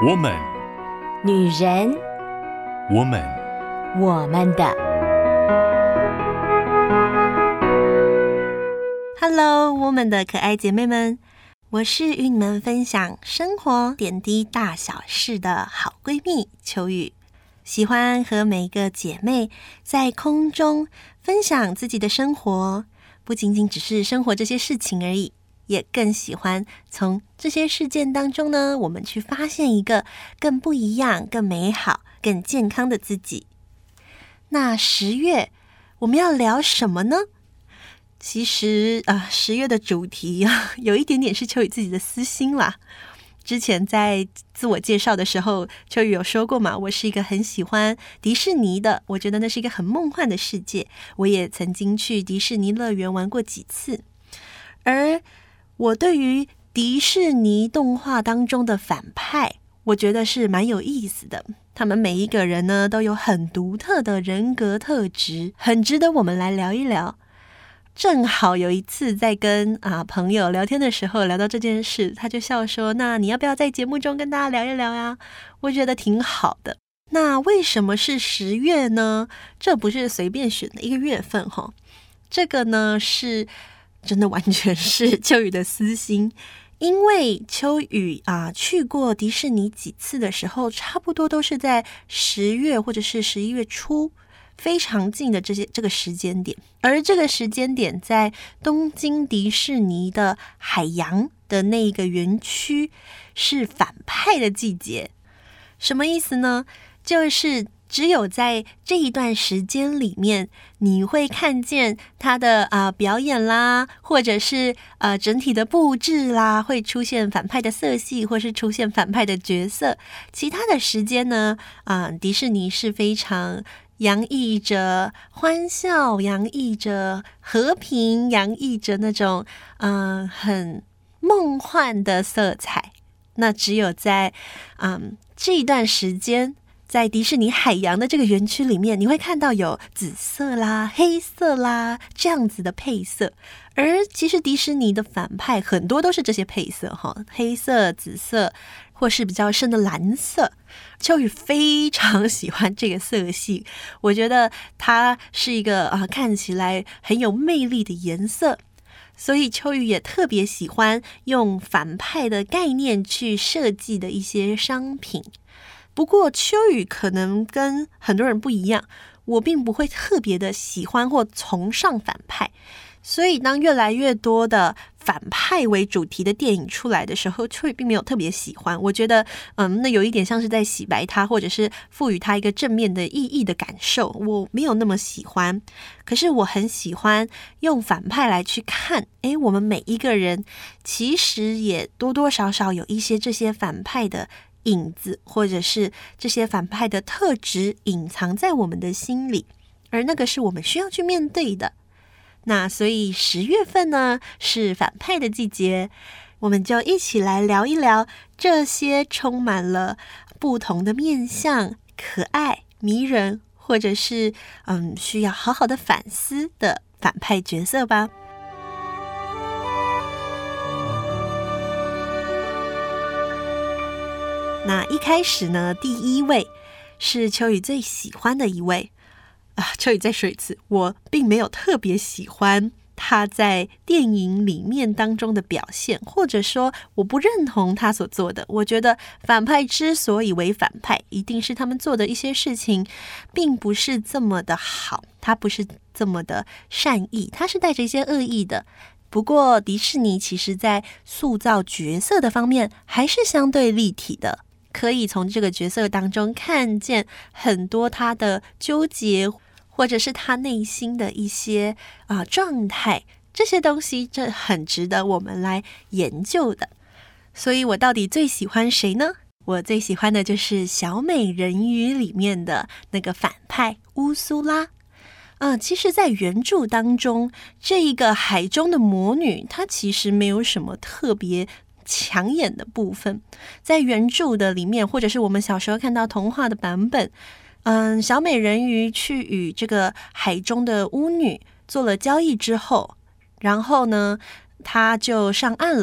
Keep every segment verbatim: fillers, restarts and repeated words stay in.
我们， 女人， 我们， 我们的。 Hello， 我们的可爱姐妹们，我是与你们分享生活点滴大小事的好闺蜜秋雨。喜欢和每一个姐妹在空中分享自己的生活，不仅仅只是生活这些事情而已，也更喜欢从这些事件当中呢，我们去发现一个更不一样、更美好、更健康的自己。那十月我们要聊什么呢？其实啊，十月的主题啊，有一点点是秋雨自己的私心啦。之前在自我介绍的时候，秋雨有说过嘛，我是一个很喜欢迪士尼的，我觉得那是一个很梦幻的世界。我也曾经去迪士尼乐园玩过几次，而我对于迪士尼动画当中的反派，我觉得是蛮有意思的。他们每一个人呢，都有很独特的人格特质，很值得我们来聊一聊。正好有一次在跟啊朋友聊天的时候聊到这件事，他就笑说，那你要不要在节目中跟大家聊一聊呀？我觉得挺好的。那为什么是十月呢？这不是随便选的一个月份齁，这个呢是真的完全是秋雨的私心。因为秋雨啊去过迪士尼几次的时候，差不多都是在十月或者是十一月初，非常近的这些这个时间点，而这个时间点在东京迪士尼的海洋的那一个园区是反派的季节。什么意思呢？就是只有在这一段时间里面，你会看见他的啊、呃、表演啦，或者是呃整体的布置啦，会出现反派的色系，或是出现反派的角色。其他的时间呢，啊、呃、迪士尼是非常洋溢着欢笑，洋溢着和平，洋溢着那种嗯、呃、很梦幻的色彩。那只有在嗯这一段时间，在迪士尼海洋的这个园区里面，你会看到有紫色啦、黑色啦这样子的配色。而其实迪士尼的反派很多都是这些配色哈，黑色、紫色，或是比较深的蓝色。秋雨非常喜欢这个色系，我觉得它是一个啊、呃、看起来很有魅力的颜色。所以秋雨也特别喜欢用反派的概念去设计的一些商品。不过秋雨可能跟很多人不一样，我并不会特别的喜欢或崇尚反派。所以当越来越多的反派为主题的电影出来的时候，秋雨并没有特别喜欢。我觉得嗯，那有一点像是在洗白它，或者是赋予它一个正面的意义的感受，我没有那么喜欢。可是我很喜欢用反派来去看，诶，我们每一个人其实也多多少少有一些这些反派的影子，或者是这些反派的特质隐藏在我们的心里，而那个是我们需要去面对的。那所以十月份呢是反派的季节，我们就一起来聊一聊这些充满了不同的面向、可爱、迷人，或者是嗯需要好好的反思的反派角色吧。那一开始呢，第一位是秋雨最喜欢的一位啊，秋雨再说一次，我并没有特别喜欢他在电影里面当中的表现，或者说我不认同他所做的。我觉得反派之所以为反派，一定是他们做的一些事情并不是这么的好，他不是这么的善意，他是带着一些恶意的。不过迪士尼其实在塑造角色的方面还是相对立体的，可以从这个角色当中看见很多他的纠结，或者是他内心的一些啊、呃、状态，这些东西这很值得我们来研究的。所以我到底最喜欢谁呢？我最喜欢的就是小美人鱼里面的那个反派乌苏拉。啊、呃，其实在原著当中，这一个海中的魔女，她其实没有什么特别抢眼的部分。在原著的里面，或者是我们小时候看到童话的版本，嗯，小美人鱼去与这个海中的巫女做了交易之后，然后呢，她就上岸了，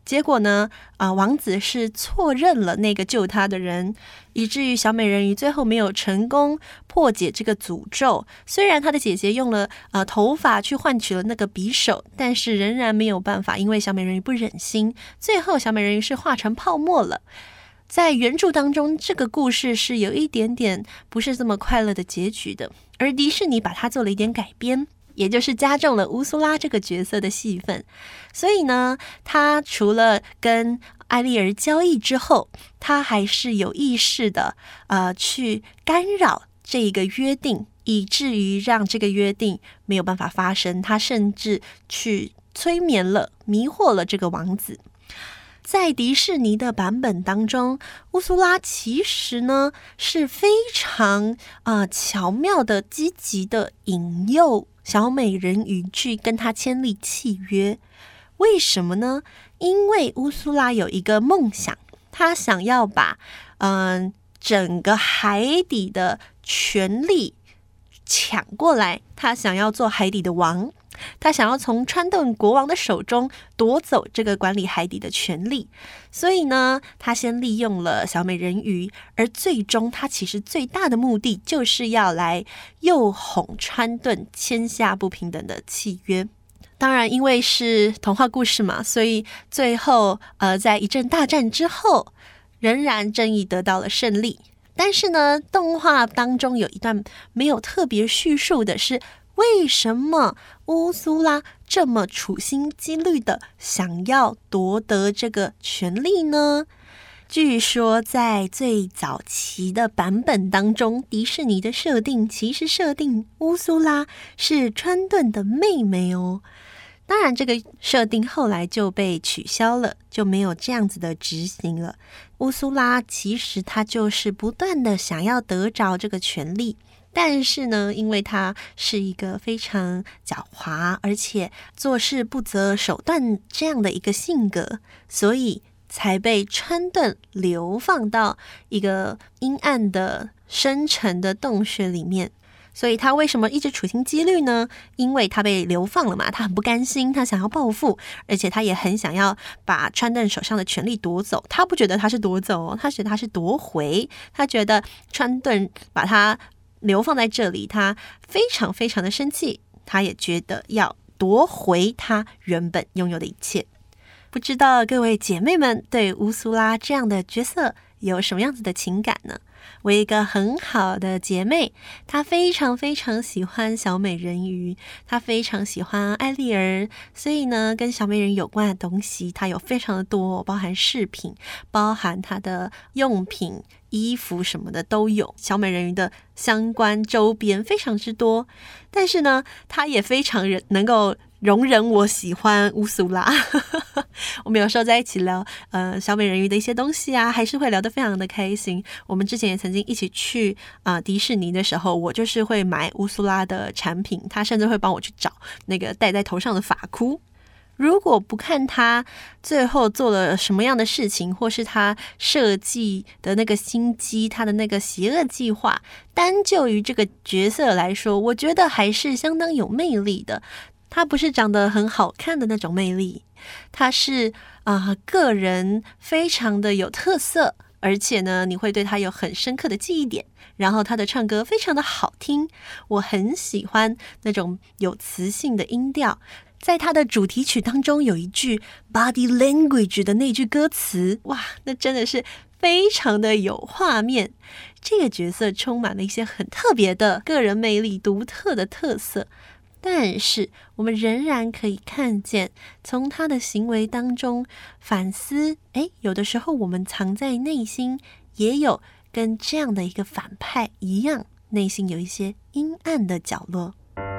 结果呢，啊、呃，王子是错认了那个救他的人，以至于小美人鱼最后没有成功破解这个诅咒。虽然她的姐姐用了呃头发去换取了那个匕首，但是仍然没有办法，因为小美人鱼不忍心，最后小美人鱼是化成泡沫了。在原著当中，这个故事是有一点点不是这么快乐的结局的，而迪士尼把它做了一点改编，也就是加重了乌苏拉这个角色的戏份。所以呢，他除了跟艾丽儿交易之后，他还是有意识的呃去干扰这个约定，以至于让这个约定没有办法发生。他甚至去催眠了、迷惑了这个王子。在迪士尼的版本当中，乌苏拉其实呢是非常呃巧妙的、积极的引诱小美人鱼去跟他签立契约。为什么呢？因为乌苏拉有一个梦想，她想要把嗯、呃、整个海底的权力抢过来，她想要做海底的王。他想要从川顿国王的手中夺走这个管理海底的权利，所以呢，他先利用了小美人鱼，而最终他其实最大的目的就是要来诱哄川顿签下不平等的契约。当然，因为是童话故事嘛，所以最后呃，在一阵大战之后，仍然正义得到了胜利。但是呢，动画当中有一段没有特别叙述的是，为什么乌苏拉这么处心积虑的想要夺得这个权利呢？据说在最早期的版本当中，迪士尼的设定其实设定乌苏拉是川顿的妹妹哦。当然这个设定后来就被取消了，就没有这样子的执行了。乌苏拉其实她就是不断的想要得着这个权利，但是呢，因为他是一个非常狡猾，而且做事不择手段这样的一个性格，所以才被川顿流放到一个阴暗的深沉的洞穴里面。所以他为什么一直处心积虑呢？因为他被流放了嘛，他很不甘心，他想要报复，而且他也很想要把川顿手上的权力夺走。他不觉得他是夺走，他觉得他是夺回。他觉得川顿把他流放在这里，他非常非常的生气，他也觉得要夺回他原本拥有的一切。不知道各位姐妹们对乌苏拉这样的角色有什么样子的情感呢？我有一个很好的姐妹，她非常非常喜欢小美人鱼，她非常喜欢艾丽儿，所以呢，跟小美人鱼有关的东西她有非常的多，包含饰品，包含她的用品、衣服什么的都有，小美人鱼的相关周边非常之多。但是呢，她也非常能够容忍我喜欢乌苏拉我们有时候在一起聊呃小美人鱼的一些东西啊，还是会聊得非常的开心。我们之前也曾经一起去啊、呃、迪士尼的时候，我就是会买乌苏拉的产品，他甚至会帮我去找那个戴在头上的发箍。如果不看他最后做了什么样的事情，或是他设计的那个心机，他的那个邪恶计划，单就于这个角色来说，我觉得还是相当有魅力的。他不是长得很好看的那种魅力，他是啊、呃、个人非常的有特色，而且呢你会对他有很深刻的记忆点，然后他的唱歌非常的好听，我很喜欢那种有磁性的音调。在他的主题曲当中有一句 Body Language 的那句歌词，哇，那真的是非常的有画面。这个角色充满了一些很特别的个人魅力、独特的特色，但是我们仍然可以看见从他的行为当中反思，诶，有的时候我们藏在内心也有跟这样的一个反派一样，内心有一些阴暗的角落。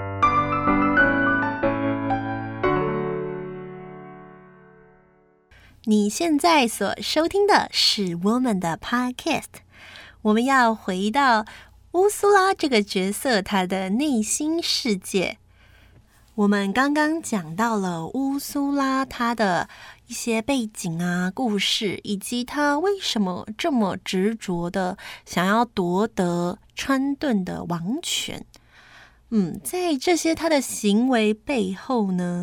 你现在所收听的是我们的 Podcast， 我们要回到乌苏拉这个角色他的内心世界。我们刚刚讲到了乌苏拉他的一些背景啊、故事，以及他为什么这么执着的想要夺得川顿的王权。嗯，在这些他的行为背后呢，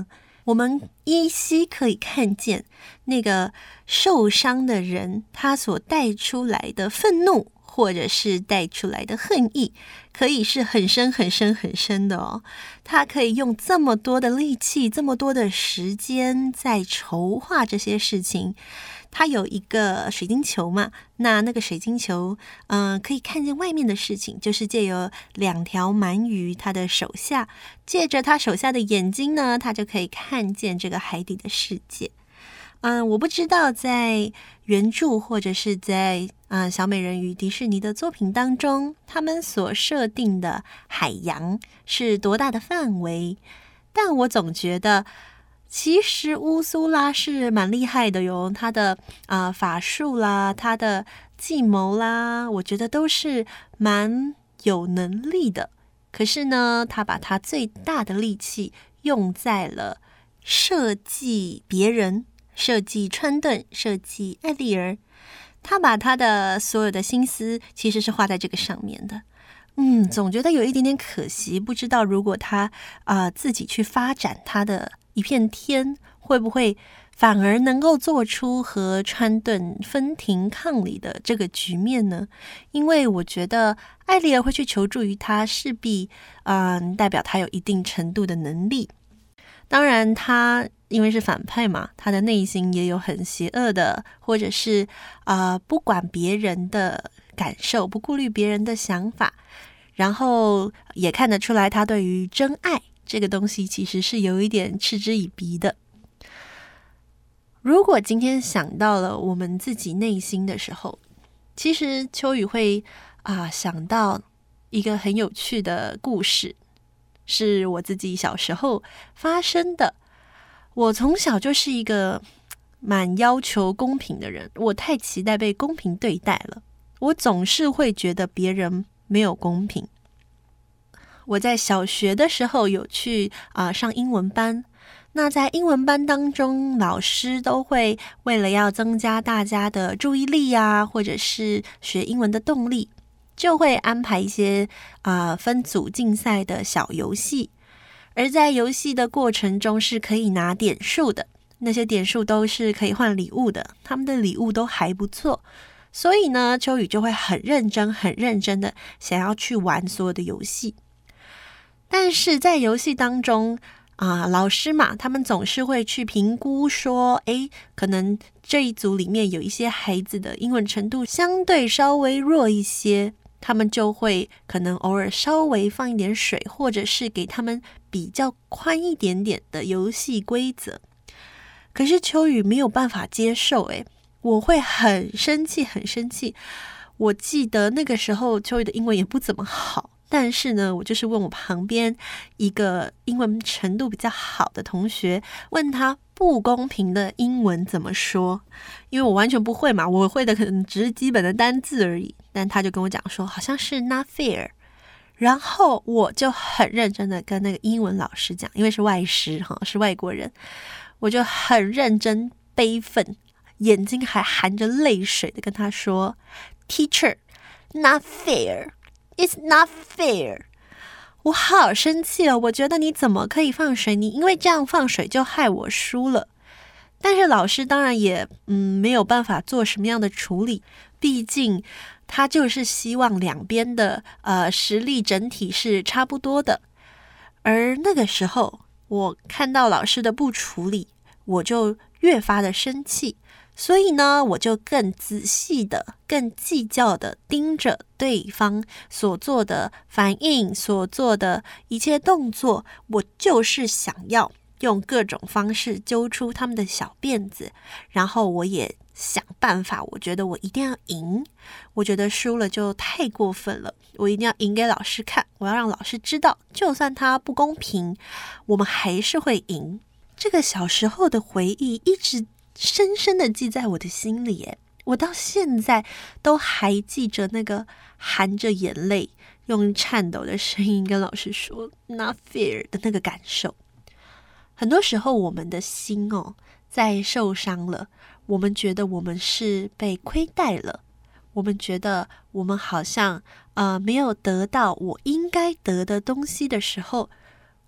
我们依稀可以看见那个受伤的人他所带出来的愤怒，或者是带出来的恨意，可以是很深很深很深的哦。他可以用这么多的力气，这么多的时间在筹划这些事情。他有一个水晶球嘛，那那个水晶球嗯、呃，可以看见外面的事情，就是借由两条鳗鱼他的手下，借着他手下的眼睛呢，他就可以看见这个海底的世界。嗯、呃，我不知道在原著或者是在啊、呃、小美人鱼迪士尼的作品当中，他们所设定的海洋是多大的范围，但我总觉得其实乌苏拉是蛮厉害的哟，她的啊、呃、法术啦，她的计谋啦，我觉得都是蛮有能力的。可是呢，她把她最大的力气用在了设计别人，设计川顿，设计艾丽儿。她把她的所有的心思其实是花在这个上面的。嗯，总觉得有一点点可惜，不知道如果她啊、呃、自己去发展她的一片天，会不会反而能够做出和川顿分庭抗礼的这个局面呢？因为我觉得艾丽儿会去求助于他，势必嗯、呃、代表他有一定程度的能力。当然他因为是反派嘛，他的内心也有很邪恶的，或者是啊、呃、不管别人的感受，不顾虑别人的想法，然后也看得出来他对于真爱这个东西其实是有一点嗤之以鼻的。如果今天想到了我们自己内心的时候，其实秋雨会啊、呃、想到一个很有趣的故事，是我自己小时候发生的。我从小就是一个蛮要求公平的人，我太期待被公平对待了，我总是会觉得别人没有公平。我在小学的时候有去啊、呃、上英文班，那在英文班当中，老师都会为了要增加大家的注意力啊，或者是学英文的动力，就会安排一些啊、呃、分组竞赛的小游戏，而在游戏的过程中是可以拿点数的，那些点数都是可以换礼物的，他们的礼物都还不错。所以呢，秋雨就会很认真很认真的想要去玩所有的游戏。但是在游戏当中啊、呃，老师嘛，他们总是会去评估说，诶，可能这一组里面有一些孩子的英文程度相对稍微弱一些，他们就会可能偶尔稍微放一点水，或者是给他们比较宽一点点的游戏规则。可是秋雨没有办法接受，诶，我会很生气很生气。我记得那个时候秋雨的英文也不怎么好，但是呢，我就是问我旁边一个英文程度比较好的同学，问他不公平的英文怎么说，因为我完全不会嘛，我会的可能只是基本的单字而已，但他就跟我讲说好像是 not fair， 然后我就很认真的跟那个英文老师讲，因为是外师是外国人，我就很认真悲愤，眼睛还含着泪水的跟他说 Teacher, not fair, it's not fair。 我好生气哦，我觉得你怎么可以放水，你因为这样放水就害我输了。但是老师当然也嗯没有办法做什么样的处理，毕竟他就是希望两边的呃实力整体是差不多的。而那个时候我看到老师的不处理，我就越发的生气，所以呢，我就更仔细的、更计较的盯着对方所做的反应、所做的一切动作，我就是想要用各种方式揪出他们的小辫子，然后我也想办法，我觉得我一定要赢，我觉得输了就太过分了，我一定要赢给老师看，我要让老师知道，就算他不公平，我们还是会赢。这个小时候的回忆一直深深的记在我的心里耶，我到现在都还记着那个含着眼泪用颤抖的声音跟老师说 not fair 的那个感受。很多时候我们的心哦，在受伤了，我们觉得我们是被亏待了，我们觉得我们好像呃没有得到我应该得的东西的时候，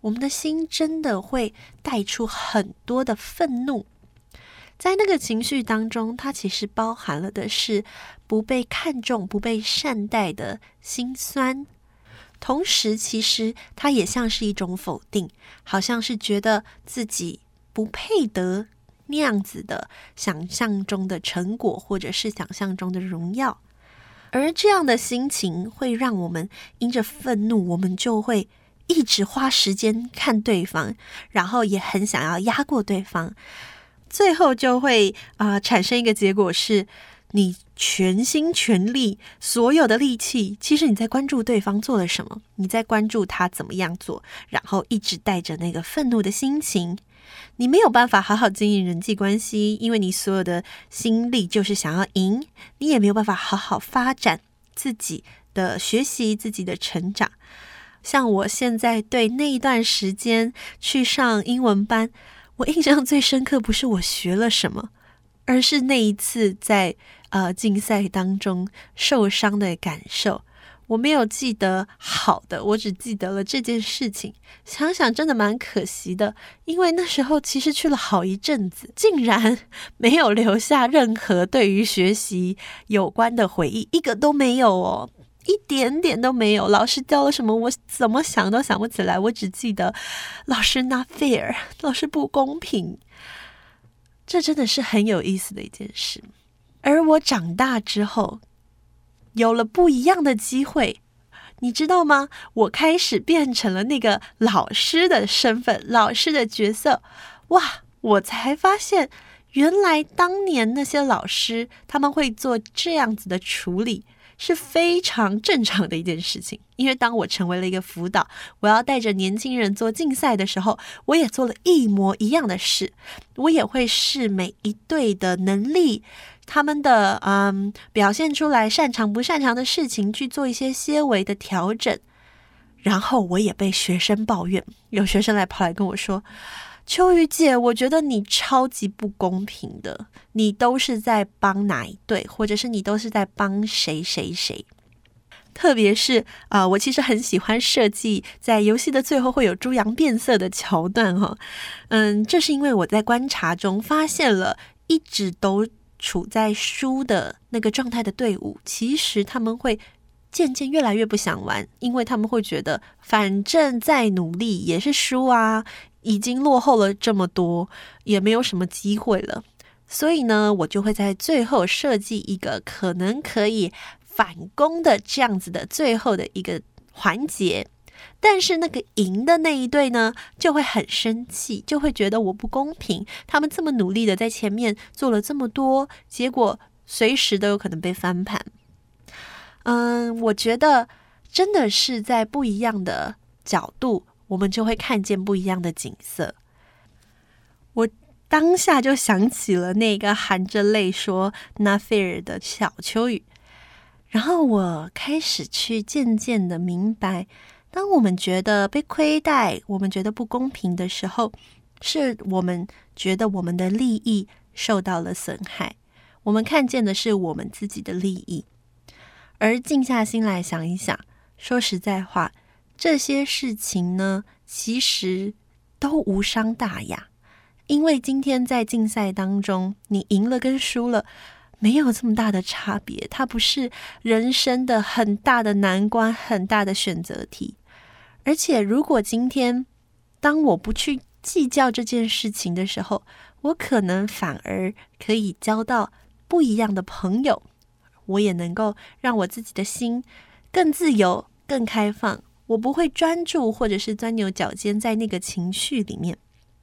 我们的心真的会带出很多的愤怒。在那个情绪当中，它其实包含了的是不被看重、不被善待的心酸。同时，其实它也像是一种否定，好像是觉得自己不配得那样子的想象中的成果，或者是想象中的荣耀。而这样的心情会让我们因着愤怒，我们就会一直花时间看对方，然后也很想要压过对方，最后就会、呃、产生一个结果是，你全心全力所有的力气，其实你在关注对方做了什么，你在关注他怎么样做，然后一直带着那个愤怒的心情，你没有办法好好经营人际关系，因为你所有的心力就是想要赢，你也没有办法好好发展自己的学习，自己的成长。像我现在对那一段时间去上英文班，我印象最深刻不是我学了什么，而是那一次在呃竞赛当中受伤的感受。我没有记得好的，我只记得了这件事情。想想真的蛮可惜的，因为那时候其实去了好一阵子，竟然没有留下任何对于学习有关的回忆，一个都没有哦，一点点都没有。老师教了什么我怎么想都想不起来，我只记得老师 not fair， 老师不公平。这真的是很有意思的一件事。而我长大之后有了不一样的机会，你知道吗？我开始变成了那个老师的身份，老师的角色。哇，我才发现原来当年那些老师他们会做这样子的处理是非常正常的一件事情。因为当我成为了一个辅导，我要带着年轻人做竞赛的时候，我也做了一模一样的事。我也会视每一队的能力，他们的嗯表现出来擅长不擅长的事情去做一些些微的调整。然后我也被学生抱怨，有学生来跑来跟我说，秋雨姐，我觉得你超级不公平的，你都是在帮哪一队，或者是你都是在帮谁谁谁。特别是、呃、我其实很喜欢设计在游戏的最后会有猪羊变色的桥段、哦、嗯，这是因为我在观察中发现了一直都处在输的那个状态的队伍，其实他们会渐渐越来越不想玩，因为他们会觉得反正再努力也是输啊，已经落后了这么多，也没有什么机会了。所以呢，我就会在最后设计一个可能可以反攻的这样子的最后的一个环节。但是那个赢的那一队呢，就会很生气，就会觉得我不公平，他们这么努力的在前面做了这么多，结果随时都有可能被翻盘。嗯，我觉得真的是在不一样的角度，我们就会看见不一样的景色。我当下就想起了那个含着泪说 not fair 的小秋雨，然后我开始去渐渐的明白，当我们觉得被亏待，我们觉得不公平的时候，是我们觉得我们的利益受到了损害，我们看见的是我们自己的利益。而静下心来想一想，说实在话，这些事情呢，其实都无伤大雅。因为今天在竞赛当中，你赢了跟输了没有这么大的差别，它不是人生的很大的难关，很大的选择题。而且如果今天当我不去计较这件事情的时候，我可能反而可以交到不一样的朋友，我也能够让我自己的心更自由更开放，我不会专注或者是钻牛角尖在那个情绪里面。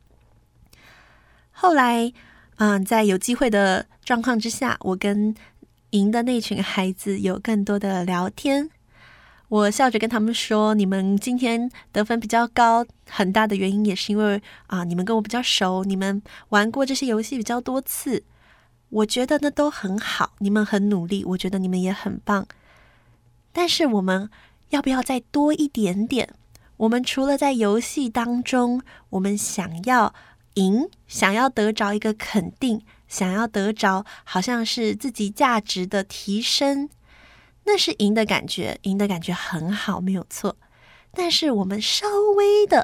后来嗯，在有机会的状况之下，我跟赢的那群孩子有更多的聊天。我笑着跟他们说，你们今天得分比较高，很大的原因也是因为啊，你们跟我比较熟，你们玩过这些游戏比较多次，我觉得那都很好，你们很努力，我觉得你们也很棒。但是我们要不要再多一点点？我们除了在游戏当中，我们想要赢，想要得着一个肯定，想要得着好像是自己价值的提升，那是赢的感觉，赢的感觉很好，没有错。但是我们稍微的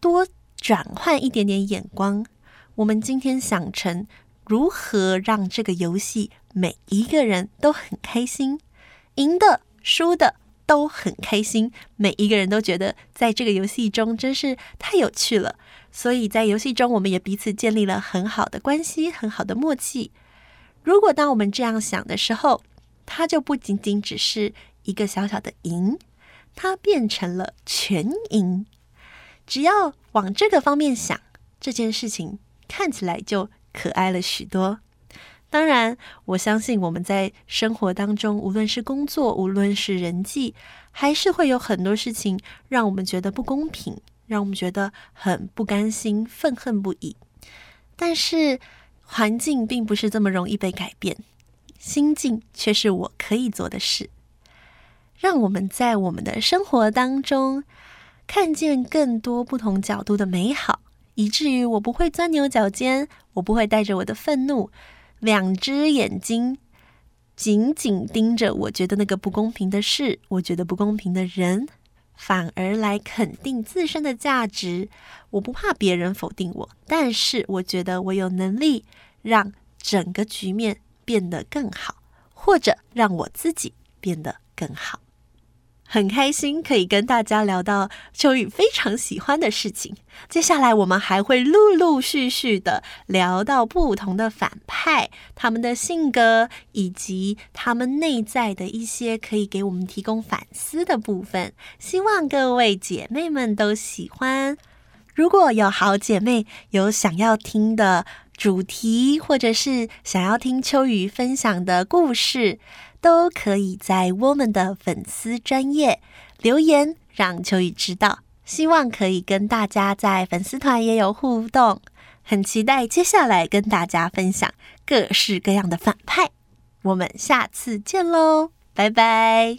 多转换一点点眼光，我们今天想成如何让这个游戏每一个人都很开心，赢的输的都很开心，每一个人都觉得在这个游戏中真是太有趣了，所以在游戏中我们也彼此建立了很好的关系，很好的默契。如果当我们这样想的时候，它就不仅仅只是一个小小的赢，它变成了全赢。只要往这个方面想，这件事情看起来就可爱了许多。当然，我相信我们在生活当中，无论是工作，无论是人际，还是会有很多事情让我们觉得不公平，让我们觉得很不甘心，愤恨不已。但是环境并不是这么容易被改变，心境却是我可以做的事。让我们在我们的生活当中看见更多不同角度的美好，以至于我不会钻牛角尖，我不会带着我的愤怒，两只眼睛紧紧盯着我觉得那个不公平的事，我觉得不公平的人，反而来肯定自身的价值。我不怕别人否定我，但是我觉得我有能力让整个局面变得更好，或者让我自己变得更好。很开心可以跟大家聊到秋雨非常喜欢的事情，接下来我们还会陆陆续续的聊到不同的反派，他们的性格以及他们内在的一些可以给我们提供反思的部分，希望各位姐妹们都喜欢。如果有好姐妹有想要听的主题，或者是想要听秋雨分享的故事，都可以在我们的粉丝专页留言让秋雨知道，希望可以跟大家在粉丝团也有互动，很期待接下来跟大家分享各式各样的反派。我们下次见咯，拜拜。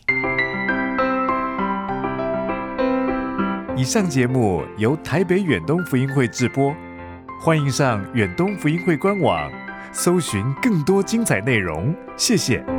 以上节目由台北远东福音会制播，欢迎上远东福音会官网搜寻更多精彩内容，谢谢。